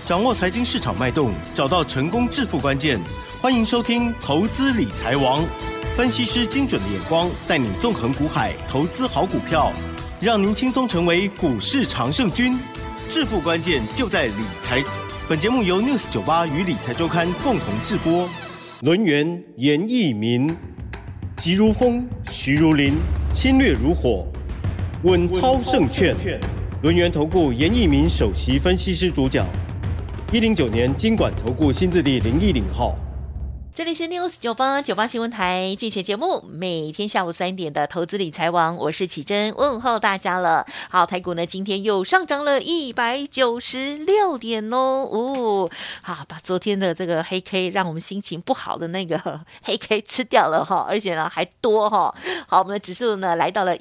掌握财经市场脉动，找到成功致富关键。欢迎收听《投资理财王》，分析师精准的眼光，带你纵横股海，投资好股票，让您轻松成为股市常胜军。致富关键就在理财。本节目由 News98 与理财周刊共同制播。轮源严义民，急如风，徐如林，侵略如火，稳操胜券。轮源投顾严义民首席分析师主讲。109年金管投顾新字第010号。 这里是 News98 新闻台进行节目，每天下午3点的投资理财王，我是启珍，问候大家了。好，台股呢今天又上涨了196点哦，好，把昨天的这个黑 K 让我们心情不好的那个黑 K 吃掉了哈，而且呢还多哈。好，我们的指数呢来到了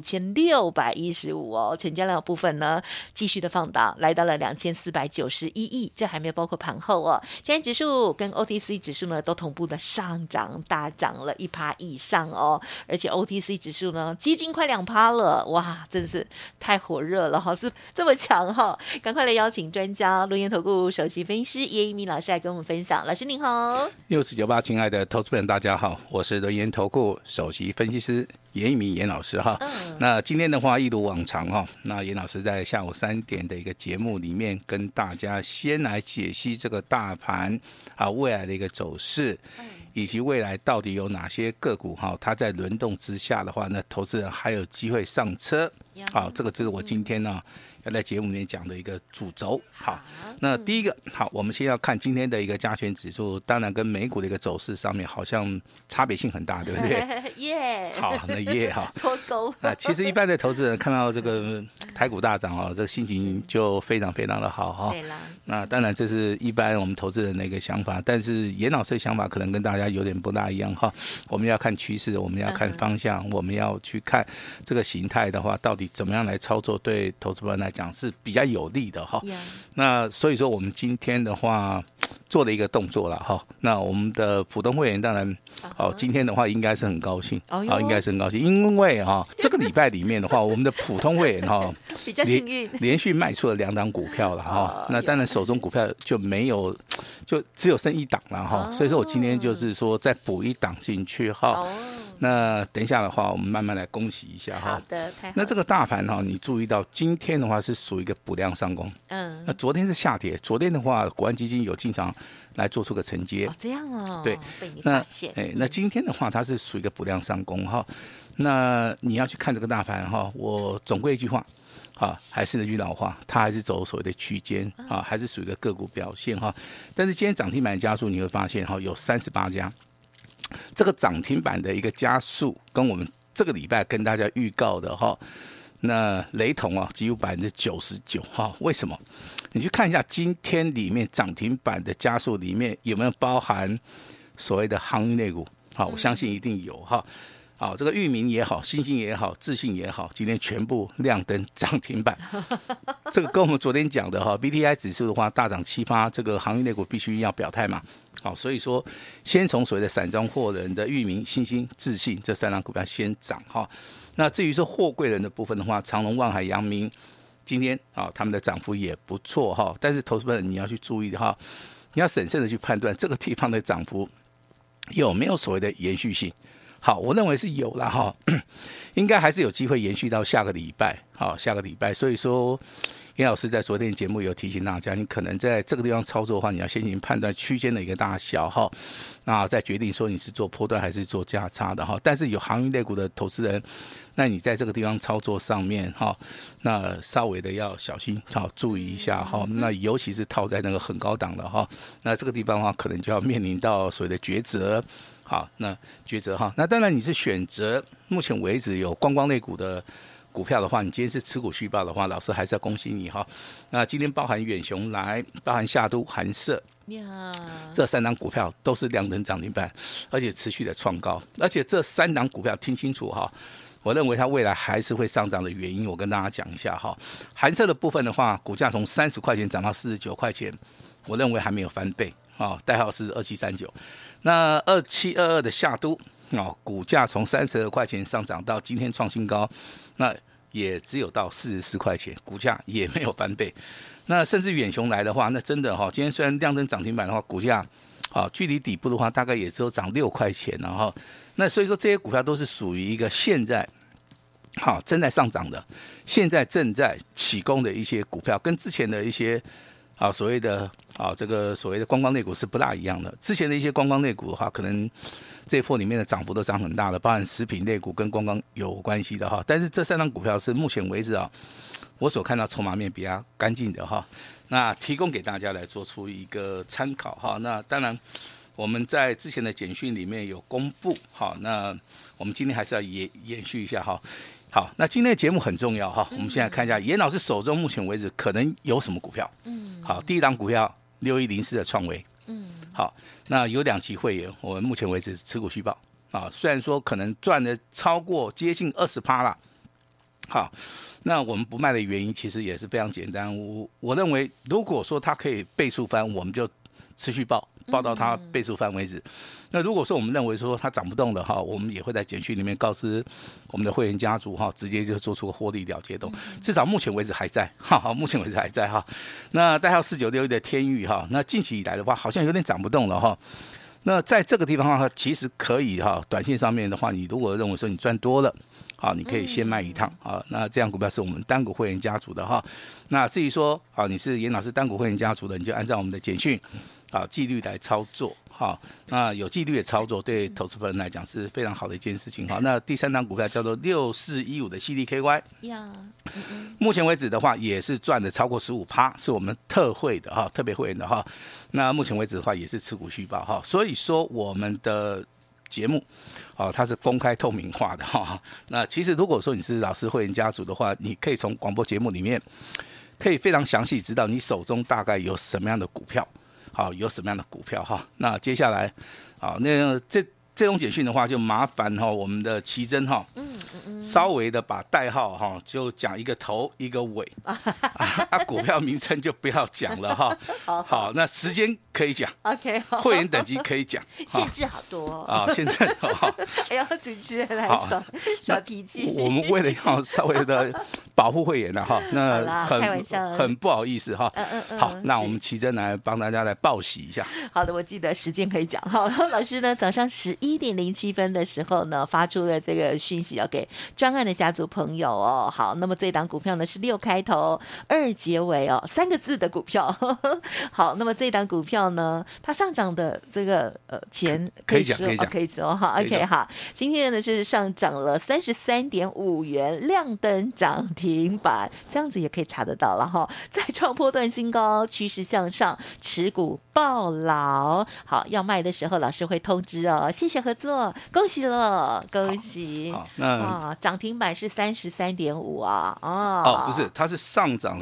15615哦，成交量的部分呢继续的放大，来到了2491亿，这还没有包括盘后哦。今天指数跟 OTC 指数呢都同步的上涨，大涨了1%以上哦，而且 OTC 指数呢接近快2%了，哇，真是太火热了哈，是这么强哈！赶快来邀请专家轮源投顾首席分析师严义民老师来跟我们分享。老师您好。 News98亲爱的投资朋友大家好，我是轮源投顾首席分析师严义民严老师哈。那今天的话一如往常哈，那严老师在下午3点的一个节目里面跟大家先来解析这个大盘啊未来的一个走势，以及未来到底有哪些个股哈，它在轮动之下的话呢，投资人还有机会上车。好，这个就是我今天呢要在节目里面讲的一个主轴。好，那第一个好，我们先要看今天的一个加权指数，当然跟美股的一个走势上面好像差别性很大，对不对？ 耶好，那耶哈脱钩。 其实一般的投资人看到这个台股大涨哦，这个心情就非常非常的好哈。 对啦。 那当然这是一般我们投资人的一个想法，但是严老师的想法可能跟大家有点不大一样哈。我们要看趋势，我们要看方向，我们要去看这个形态的话，到底怎么样来操作，对投资人来讲是比较有利的哈。那所以说我们今天的话做了一个动作了哈。那我们的普通会员当然今天的话应该是很高兴应该是很高兴，因为这个礼拜里面的话，我们的普通会员比较幸运， 连续卖出了2档股票了哈。那当然手中股票就没有，就只有剩1档了哈。所以说我今天就是说再补1档进去哈。那等一下的话，我们慢慢来恭喜一下哈。 好的，太好了。 那这个大盘你注意到今天的话是属于一个补量上攻。那昨天是下跌，昨天的话，国安基金有进场来做出个承接。 这样哦。 对， 被你发现。 那今天的话，它是属于一个补量上攻哈。那你要去看这个大盘哈，我总归一句话。还是那句老话，它还是走所谓的区间还是属于一个个股表现哈。但是今天涨停板家数你会发现有38家。这个涨停板的一个加速跟我们这个礼拜跟大家预告的那雷同几乎99%为什么？你去看一下今天里面涨停板的加速里面有没有包含所谓的航运类股？我相信一定有好，这个裕民也好，新兴也好，智信也好，今天全部亮灯涨停板。这个跟我们昨天讲的BTI 指数的话大涨7%，这个航运类股必须要表态嘛。好，所以说先从所谓的散装货人的裕民、新兴、智信这3档股票先涨那至于说货柜人的部分的话，长荣、万海、阳明今天他们的涨幅也不错但是投资人你要去注意的你要审慎的去判断这个地方的涨幅有没有所谓的延续性。好，我认为是有啦应该还是有机会延续到下个礼拜下个礼拜。所以说严老师在昨天节目有提醒大家，你可能在这个地方操作的话，你要先行判断区间的一个大小那再决定说你是做波段还是做价差的但是有航运类股的投资人，那你在这个地方操作上面那稍微的要小心注意一下那尤其是套在那个很高档的那这个地方的话可能就要面临到所谓的抉择。好，那抉择那当然你是选择目前为止有观光类股的股票的话，你今天是持股续报的话，老师还是要恭喜你那今天包含远雄来，包含夏都、寒舍这3档股票都是亮灯涨停板，而且持续的创高，而且这3档股票听清楚我认为它未来还是会上涨的原因，我跟大家讲一下寒舍的部分的话，股价从30块钱涨到49块钱，我认为还没有翻倍代号是2739。那2722的夏都股价从32块钱上涨到今天创新高，那也只有到44块钱，股价也没有翻倍。 那甚至远雄来的话，那真的今天虽然亮灯涨停板的话，股价距离底部的话，大概也只有涨6块钱，然后那所以说这些股票都是属于一个现在正在上涨的，现在正在起攻的一些股票，跟之前的一些所谓的这个所谓的观光类股是不大一样的。之前的一些观光类股的话，可能这一波里面的涨幅都涨很大的，包含食品类股跟观光有关系的但是这3张股票是目前为止我所看到筹码面比较干净的那提供给大家来做出一个参考那当然我们在之前的简讯里面有公布那我们今天还是要延续一下好，那今天的节目很重要我们现在看一下严老师手中目前为止可能有什么股票。好，第一档股票6104的创惟。好，那有2期会员，我们目前为止持股续报虽然说可能赚的超过接近20%啦。好，那我们不卖的原因其实也是非常简单，我认为如果说它可以倍数翻，我们就持续报到它倍数翻为止。那如果说我们认为说它涨不动了我们也会在简讯里面告知我们的会员家族直接就做出个获利了结动，至少目前为止还在目前为止还在那代号4961的天钰那近期以来的话好像有点涨不动了那在这个地方的话，其实可以短线上面的话，你如果认为说你赚多了你可以先卖一趟那这样股票是我们单股会员家族的那至于说你是严老师单股会员家族的，你就按照我们的简讯纪律来操作那有纪律的操作对投资人来讲是非常好的一件事情那第3档股票叫做6415的 CDKY， 目前为止的话也是赚的超过 15%， 是我们特惠的特别会员的那目前为止的话也是持股续报所以说我们的节目它是公开透明化的那其实如果说你是老师会员家族的话，你可以从广播节目里面可以非常详细知道你手中大概有什么样的股票有什么样的股票那接下来那这种简讯的话，就麻烦我们的奇珍稍微的把代号就讲一个头一个尾股票名称就不要讲了好，那时间可以讲 OK， 会员等级可以讲限制好多限制还要主持人来耍脾气。 我们为了要稍微的保护会员那很不好意思好，那我们奇珍来帮大家来报喜一下。 好的，我记得时间可以讲老师呢早上11:07的时候呢发出了这个讯息要给专案的家族朋友好，那么这档股票呢是6开头2结尾3个字的股票好，那么这档股票呢它上涨的这个钱可以讲可以说OK 好，今天呢是上涨了33.5元，亮灯涨停板，这样子也可以查得到了再创波段新高，趋势向上，持股抱牢。好，要卖的时候老师会通知谢谢合作，恭喜了，恭喜。那涨停板是33.5 不是，它是上涨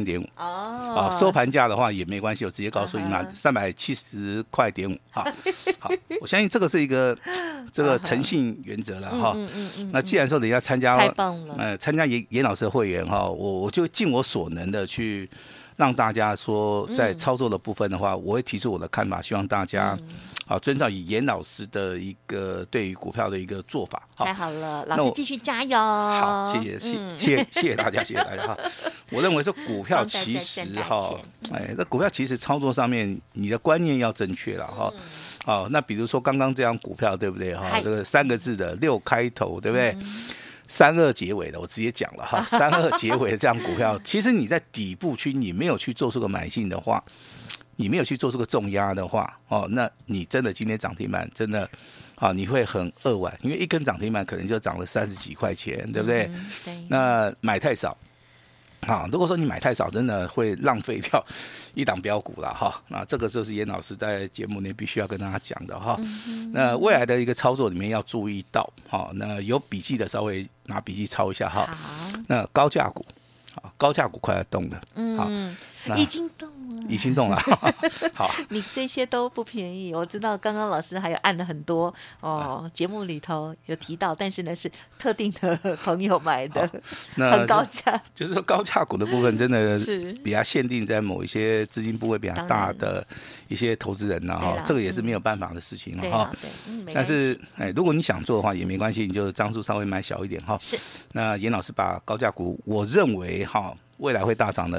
33.5收盘价的话也没关系，我直接告诉你嘛，370.5块好，我相信这个是一个这个诚信原则了那既然说人家参加太棒了参加严老师的会员我就尽我所能的去让大家说在操作的部分的话，我会提出我的看法，希望大家遵照以严老师的一个对于股票的一个做法。 太好了，老师继续加油。 好，谢谢大家，谢谢大家我认为说股票其实这股票其实操作上面你的观念要正确了那比如说刚刚这样股票对不对这个3个字的6开头对不对？32结尾的，我直接讲了32结尾的这样股票，其实你在底部区你没有去做出个买进的话，你没有去做出个重压的话那你真的今天涨停板真的你会很扼腕，因为一根涨停板可能就涨了30几块钱，对不对？ 对， 那买太少如果说你买太少，真的会浪费掉一档标股了那这个就是严老师在节目内必须要跟大家讲的那未来的一个操作里面要注意到那有笔记的稍微拿笔记抄一下那高价股快要动了已经动了。 已经动了好， 你这些都不便宜，我知道刚刚老师还有按了很多节目里头有提到，但是呢是特定的朋友买的很高价， 就是说高价股的部分真的比较限定在某一些资金部位比较大的一些投资人这个也是没有办法的事情但是如果你想做的话也没关系，你就张数稍微买小一点是。 那严老师把高价股我认为未来会大涨的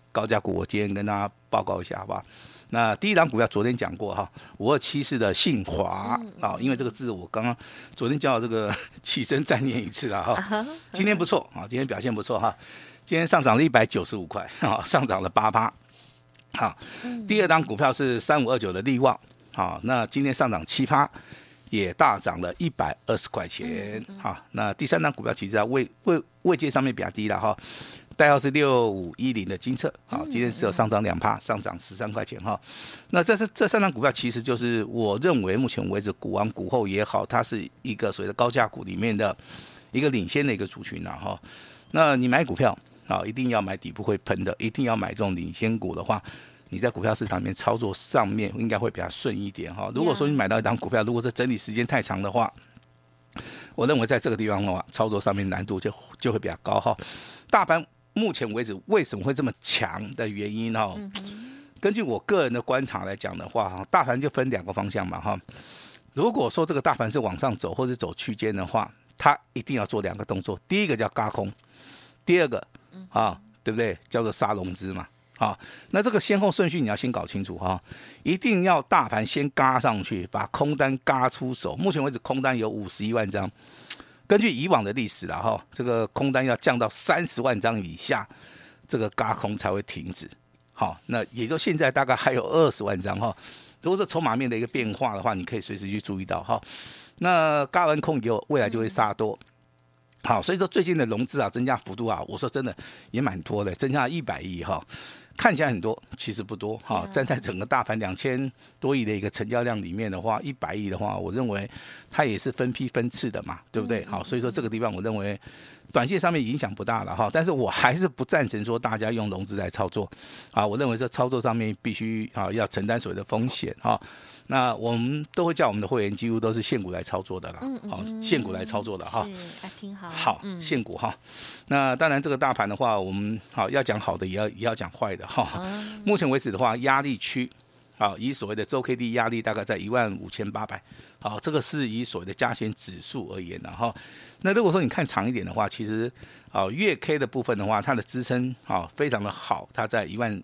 高价股，我今天跟大家报告一下，好不好？那第一档股票昨天讲过哈，5274的信华啊，因为这个字我刚刚昨天教这个起身再念一次了哈。今天不错啊，今天表现不错哈，今天上涨了195块啊，上涨了8%。好，第二档股票是3529的力旺，好，那今天上涨7%，也大涨了120块钱。好，那第三档股票其实在位阶上面比较低了哈。代号是6510的金策，好，今天只有上涨2%，上涨13块钱哈。那这三档股票其实就是我认为目前为止股王股后也好，它是一个所谓的高价股里面的一个领先的一个族群啦哈。那你买股票啊，一定要买底部会喷的，一定要买这种领先股的话，你在股票市场里面操作上面应该会比较顺一点哈。如果说你买到一档股票，如果是整理时间太长的话，我认为在这个地方的话，操作上面难度就会比较高哈。大盘目前为止为什么会这么强的原因哈？根据我个人的观察来讲的话，大盘就分2个方向嘛哈。如果说这个大盘是往上走或者走区间的话，它一定要做2个动作，第一个叫軋空，第二个对不对？叫做杀融资嘛。好，那这个先后顺序你要先搞清楚哈，一定要大盘先軋上去，把空单軋出手。目前为止空单有51万张。根据以往的历史啦哈，这个空单要降到30万张以下，这个軋空才会停止。好，那也就现在大概还有20万张哈。如果是筹码面的一个变化的话，你可以随时去注意到哈。那軋完空以后，未来就会杀多。好，所以说最近的融资增加幅度我说真的也蛮多的，增加了100亿哈。看起来很多，其实不多哈。站在整个大盘2000多亿的一个成交量里面的话，100亿的话，我认为它也是分批分次的嘛，对不对？好，所以说这个地方我认为短线上面影响不大了哈。但是我还是不赞成说大家用融资来操作我认为这操作上面必须要承担所谓的风险那我们都会叫我们的会员几乎都是现股来操作的啦，现股来操作的哈。 是挺好。 好，现股哈。那当然这个大盘的话，我们要讲好的，也要讲坏的哈。目前为止的话，压力区以所谓的周 K D 压力大概在15800，这个是以所谓的加权指数而言的哈。那如果说你看长一点的话，其实月 K 的部分的话，它的支撑非常的好，它在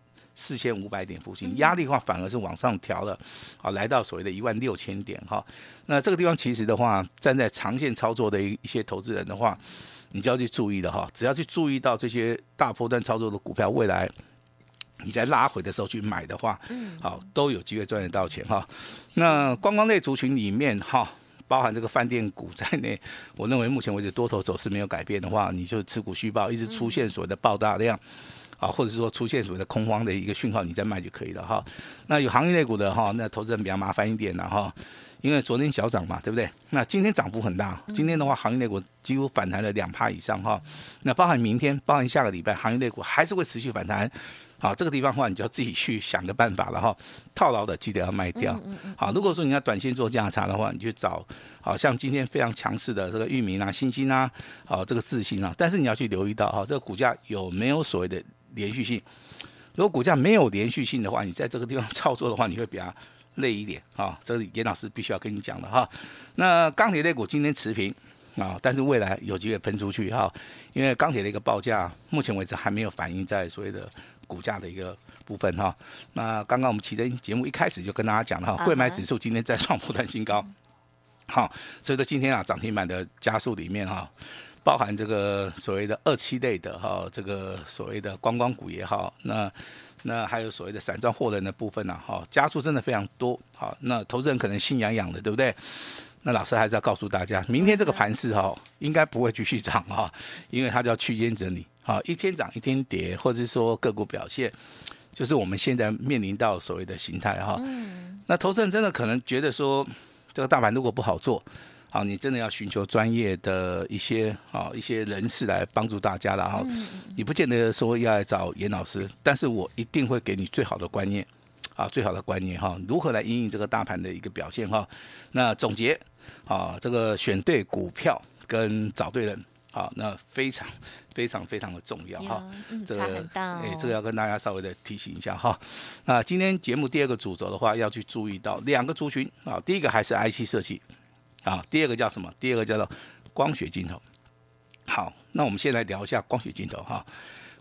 14500点附近，压力的话反而是往上调了，来到所谓的16000点哈。那这个地方其实的话，站在长线操作的一些投资人的话，你就要去注意的哈。只要去注意到这些大波段操作的股票，未来你在拉回的时候去买的话，都有机会赚得到钱哈。那观光类族群里面包含这个饭店股在内，我认为目前为止多头走势没有改变的话，你就持股续报，一直出现所谓的爆大量。或者是说出现所谓的空方的一个讯号，你再卖就可以了哈。那有行业类股的那投资人比较麻烦一点了哈，因为昨天小涨嘛，对不对？那今天涨幅很大，今天的话行业类股几乎反弹了2%以上哈。那包含明天，包含下个礼拜，行业类股还是会持续反弹。好，这个地方的话，你就要自己去想个办法了哈。套牢的记得要卖掉。好，如果说你要短线做价差的话，你去找像今天非常强势的这个裕民新兴这个智新但是你要去留意到这个股价有没有所谓的连续性。如果股价没有连续性的话，你在这个地方操作的话，你会比较累一点这个严老师必须要跟你讲的哈。那钢铁类股今天持平但是未来有机会喷出去因为钢铁的一个报价目前为止还没有反映在所谓的股价的一个部分那刚刚我们期间节目一开始就跟大家讲了柜买指数今天再创波段新高。好，所以说今天涨停板的家数里面包含这个所谓的27类的这个所谓的观光股也好，那还有所谓的散装货人的部分家数真的非常多。好，那投资人可能心痒痒的，对不对？那老师还是要告诉大家，明天这个盘势应该不会继续涨因为它叫区间整理一天涨一天跌，或者是说个股表现，就是我们现在面临到所谓的形态那投资人真的可能觉得说，这个大盘如果不好做，你真的要寻求专业的一些人士来帮助大家了你不见得说要来找严老师，但是我一定会给你最好的观念最好的观念如何来因应这个大盘的一个表现那总结这个选对股票跟找对人那非常非常非常的重要这个差很大这个要跟大家稍微的提醒一下那今天节目第二个主轴的话，要去注意到2个族群第一个还是 IC 设计第二个叫什么？第二个叫做光学镜头。好，那我们先来聊一下光学镜头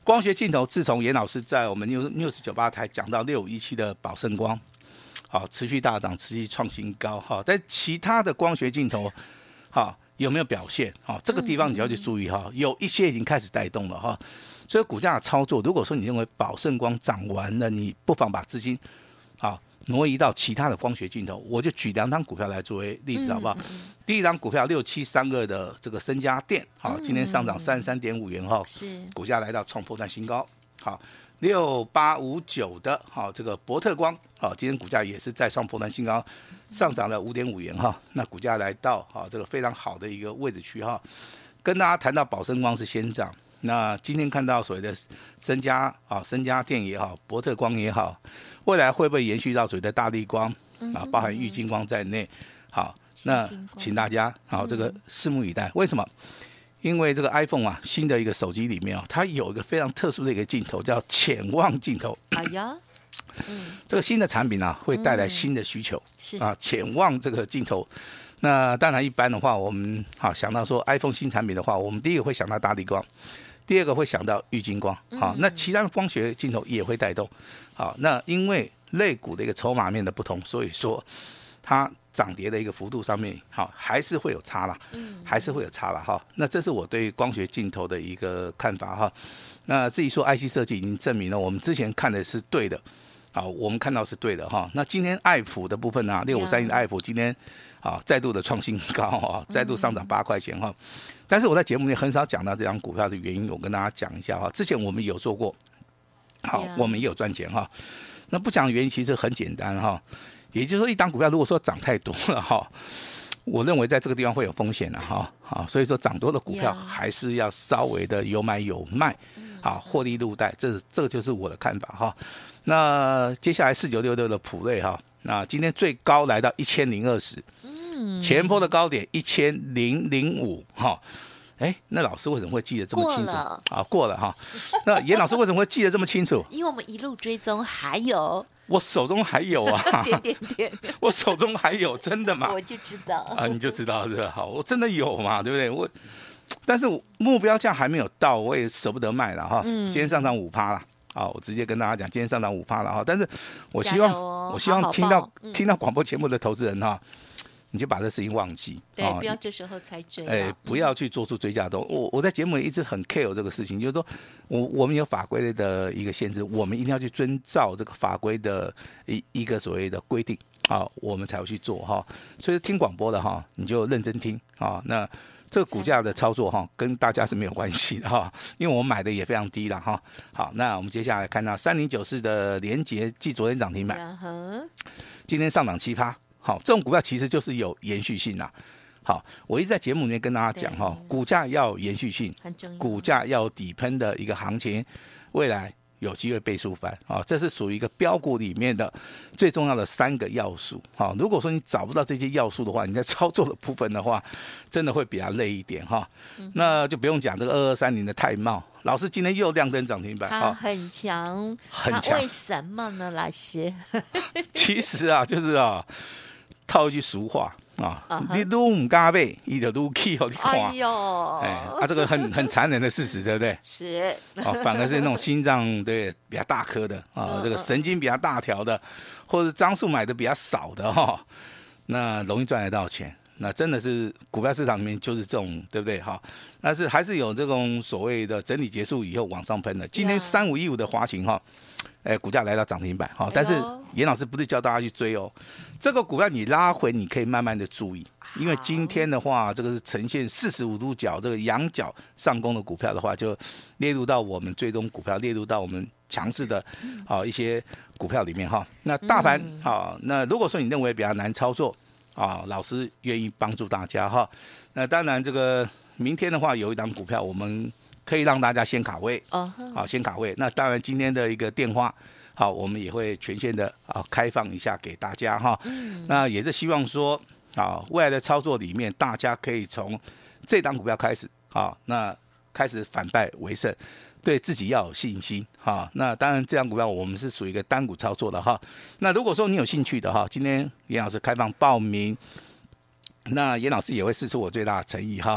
光学镜头自从严老师在我们 News98 台讲到6517的宝盛光，好，持续大涨，持续创新高，好，但其他的光学镜头，好，有没有表现？好，这个地方你要去注意哈，有一些已经开始带动了哈，所以股价的操作，如果说你认为宝盛光涨完了，你不妨把资金好挪移到其他的光学镜头，我就举2档股票来作为例子，好不好？第一档股票6732的这个森嘉电，好，今天上涨33.5元哈， 是股价来到创波段新高，好。6859的好，这个博特光好，今天股价也是再创波段新高，上涨了5.5元哈，那股价来到好这个非常好的一个位置区哈。跟大家谈到宝盛光是先涨，那今天看到所谓的森嘉电也好，博特光也好，未来会不会延续到所谓的大立光啊，包含玉晶光在内？好，那请大家好这个拭目以待。为什么？因为这个 iPhone 啊，新的一个手机里面它有一个非常特殊的一个镜头，叫潜望镜头。 哎呀， 这个新的产品啊，会带来新的需求， 是啊，潜望这个镜头。那当然，一般的话，我们好想到说 iPhone 新产品的话，我们第一个会想到大立光，第二个会想到玉晶光。好，那其他的光学镜头也会带动。好，那因为类股的一个筹码面的不同，所以说它涨跌的一个幅度上面，好还是会有差啦，还是会有差啦哈。那这是我对光学镜头的一个看法哈。那至于说 IC 设计已经证明了，我们之前看的是对的，好，我们看到是对的哈。那今天爱普的部分呢，6531的爱普今天啊再度的创新高啊，再度上涨8块钱哈。但是我在节目里很少讲到这张股票的原因，我跟大家讲一下哈。之前我们有做过，好，我们也有赚钱哈。那不讲的原因其实很简单哈。也就是说，一档股票如果说涨太多了哈，我认为在这个地方会有风险的哈，好，所以说涨多的股票还是要稍微的有买有卖，好，获利入袋，这个就是我的看法哈。那接下来4966的普瑞哈，那今天最高来到1020，前波的高点1005哈。哎，那老师为什么会记得这么清楚？过了哈。那严老师为什么会记得这么清楚？ 因为我们一路追踪，还有我手中还有啊， 点， 我手中还有，真的吗？ 我就知道啊，你就知道是吧？好，我真的有嘛，对不对？但是目标价还没有到，我也舍不得卖了哈。今天上涨5%了，啊，我直接跟大家讲，今天上涨5%了哈。但是我希望听到广播节目的投资人哈。你就把这事情忘记， 对，不要这时候才追， 不要去做出追加动。我在节目里一直很 care 这个事情，就是说我们有法规的一个限制，我们一定要去遵照这个法规的一个所谓的规定，好，我们才会去做哈。所以听广播的哈，你就认真听啊。那这个股价的操作哈，跟大家是没有关系的哈，因为我们买的也非常低了哈。好，那我们接下来看到3094的联结，继昨天涨停板，今天上涨7%。好，这种股票其实就是有延续性啦。好，我一直在节目里面跟大家讲哈，股价要有延续性，股价要有底喷的一个行情，未来有机会倍数翻啊，这是属于一个标股里面的最重要的3个要素。好，如果说你找不到这些要素的话，你在操作的部分的话，真的会比较累一点哈。那就不用讲这个2230的泰茂，老师今天又亮灯涨停板， 它很强，很强，为什么呢？老师， 其实啊，就是啊。套一句俗话啊，你撸唔加倍，你就撸气哦，你看， 哎呦， 这个很残忍的事实，对不对？ 是反而是那种心脏对比较大颗的啊，这个神经比较大条的，或者张数买的比较少的哈，那容易赚得到钱。那真的是股票市场里面就是这种，对不对？哈，但是还是有这种所谓的整理结束以后往上喷的。今天3515的华勤哈。股价来到涨停板哈，但是严老师不是叫大家去追哦，这个股票你拉回你可以慢慢的注意，因为今天的话，这个是呈现45度角这个仰角上攻的股票的话，就列入到我们最终股票列入到我们强势的一些股票里面哈。那大盘那如果说你认为比较难操作老师愿意帮助大家哈。那当然这个明天的话有一档股票我们。可以让大家先卡位，好，先卡位。那当然，今天的一个电话，好，我们也会全线的开放一下给大家哈。那也是希望说，未来的操作里面，大家可以从这档股票开始，那开始反败为胜，对自己要有信心哈。那当然，这档股票我们是属于一个单股操作的哈。那如果说你有兴趣的哈，今天严老师开放报名。那严老师也会释出我最大的诚意哈。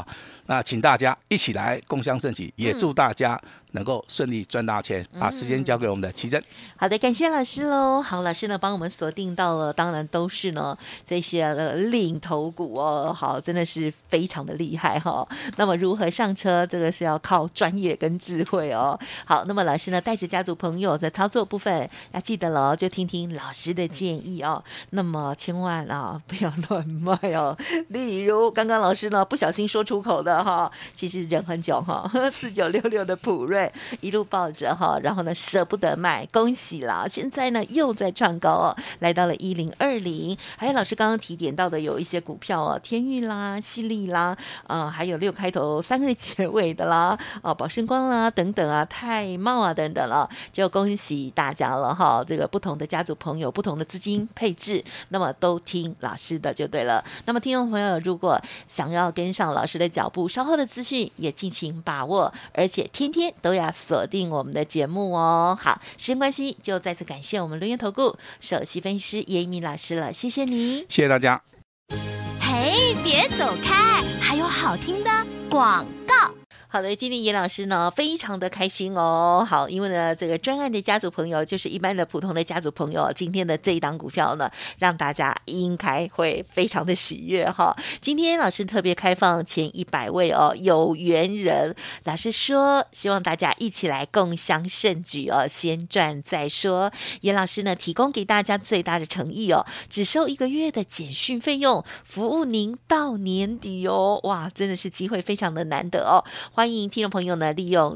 那请大家一起来共襄盛举，也祝大家能够顺利赚大钱。把时间交给我们的奇珍。 好的，感谢老师喽。好，老师呢帮我们锁定到了，当然都是呢这些领头股哦。好，真的是非常的厉害哈、哦。那么如何上车，这个是要靠专业跟智慧哦。好，那么老师呢带着家族朋友在操作部分要记得了，就听听老师的建议哦。那么千万啊不要乱卖哦。例如刚刚老师呢不小心说出口的哈，其实忍很久哈，4966的普瑞一路抱着哈，然后呢舍不得卖，恭喜啦！现在呢又在创高哦，来到了1020。还有老师刚刚提点到的有一些股票哦，天钰啦、犀利啦，还有6开头3日结尾的啦，宝盛光啦等等啊，泰茂啊等等了，就恭喜大家了哈！这个不同的家族朋友、不同的资金配置，那么都听老师的就对了。那么听众朋友如果想要跟上老师的脚步，稍后的资讯也尽情把握，而且天天都要锁定我们的节目哦。好，时间关系，就再次感谢我们轮源投顾首席分析师叶一鸣老师了，谢谢你， 谢谢大家。 嘿，别走开，还有好听的广告。 好的，今天叶老师呢非常的开心哦。好，因为呢这个专案的家族朋友就是一般的普通的家族朋友，今天的这一档股票呢，让大家应该会非常的喜悦哈。今天老师特别开放前100位哦有缘人，老师说希望大家一起来共襄盛举哦，先赚再说。叶老师呢提供给大家最大的诚意哦，只收1个月的简讯费用，服务您到年底哦。哇，真的是机会非常的难得哦。欢迎听众朋友呢利用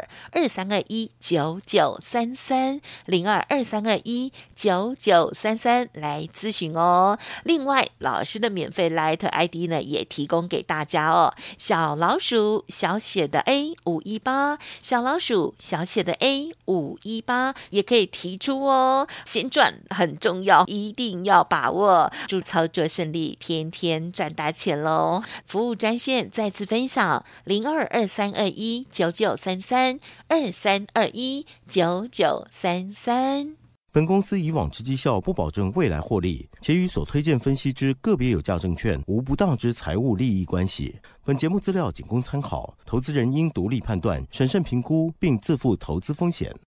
02-2321-9933 02-2321-9933来咨询哦。另外老师的免费 Light ID 呢也提供给大家哦，小老鼠小写的 A518 小老鼠小写的 A518 也可以提出哦，先赚很重要，一定要把握，祝操作顺利，天天赚大钱咯。服务专线再次分享02-2321-9933 2321-9933。 本公司以往之绩效不保证未来获利，且与所推荐分析之个别有价证券无不当之财务利益关系。本节目资料仅供参考，投资人应独立判断、审慎评估，并自负投资风险。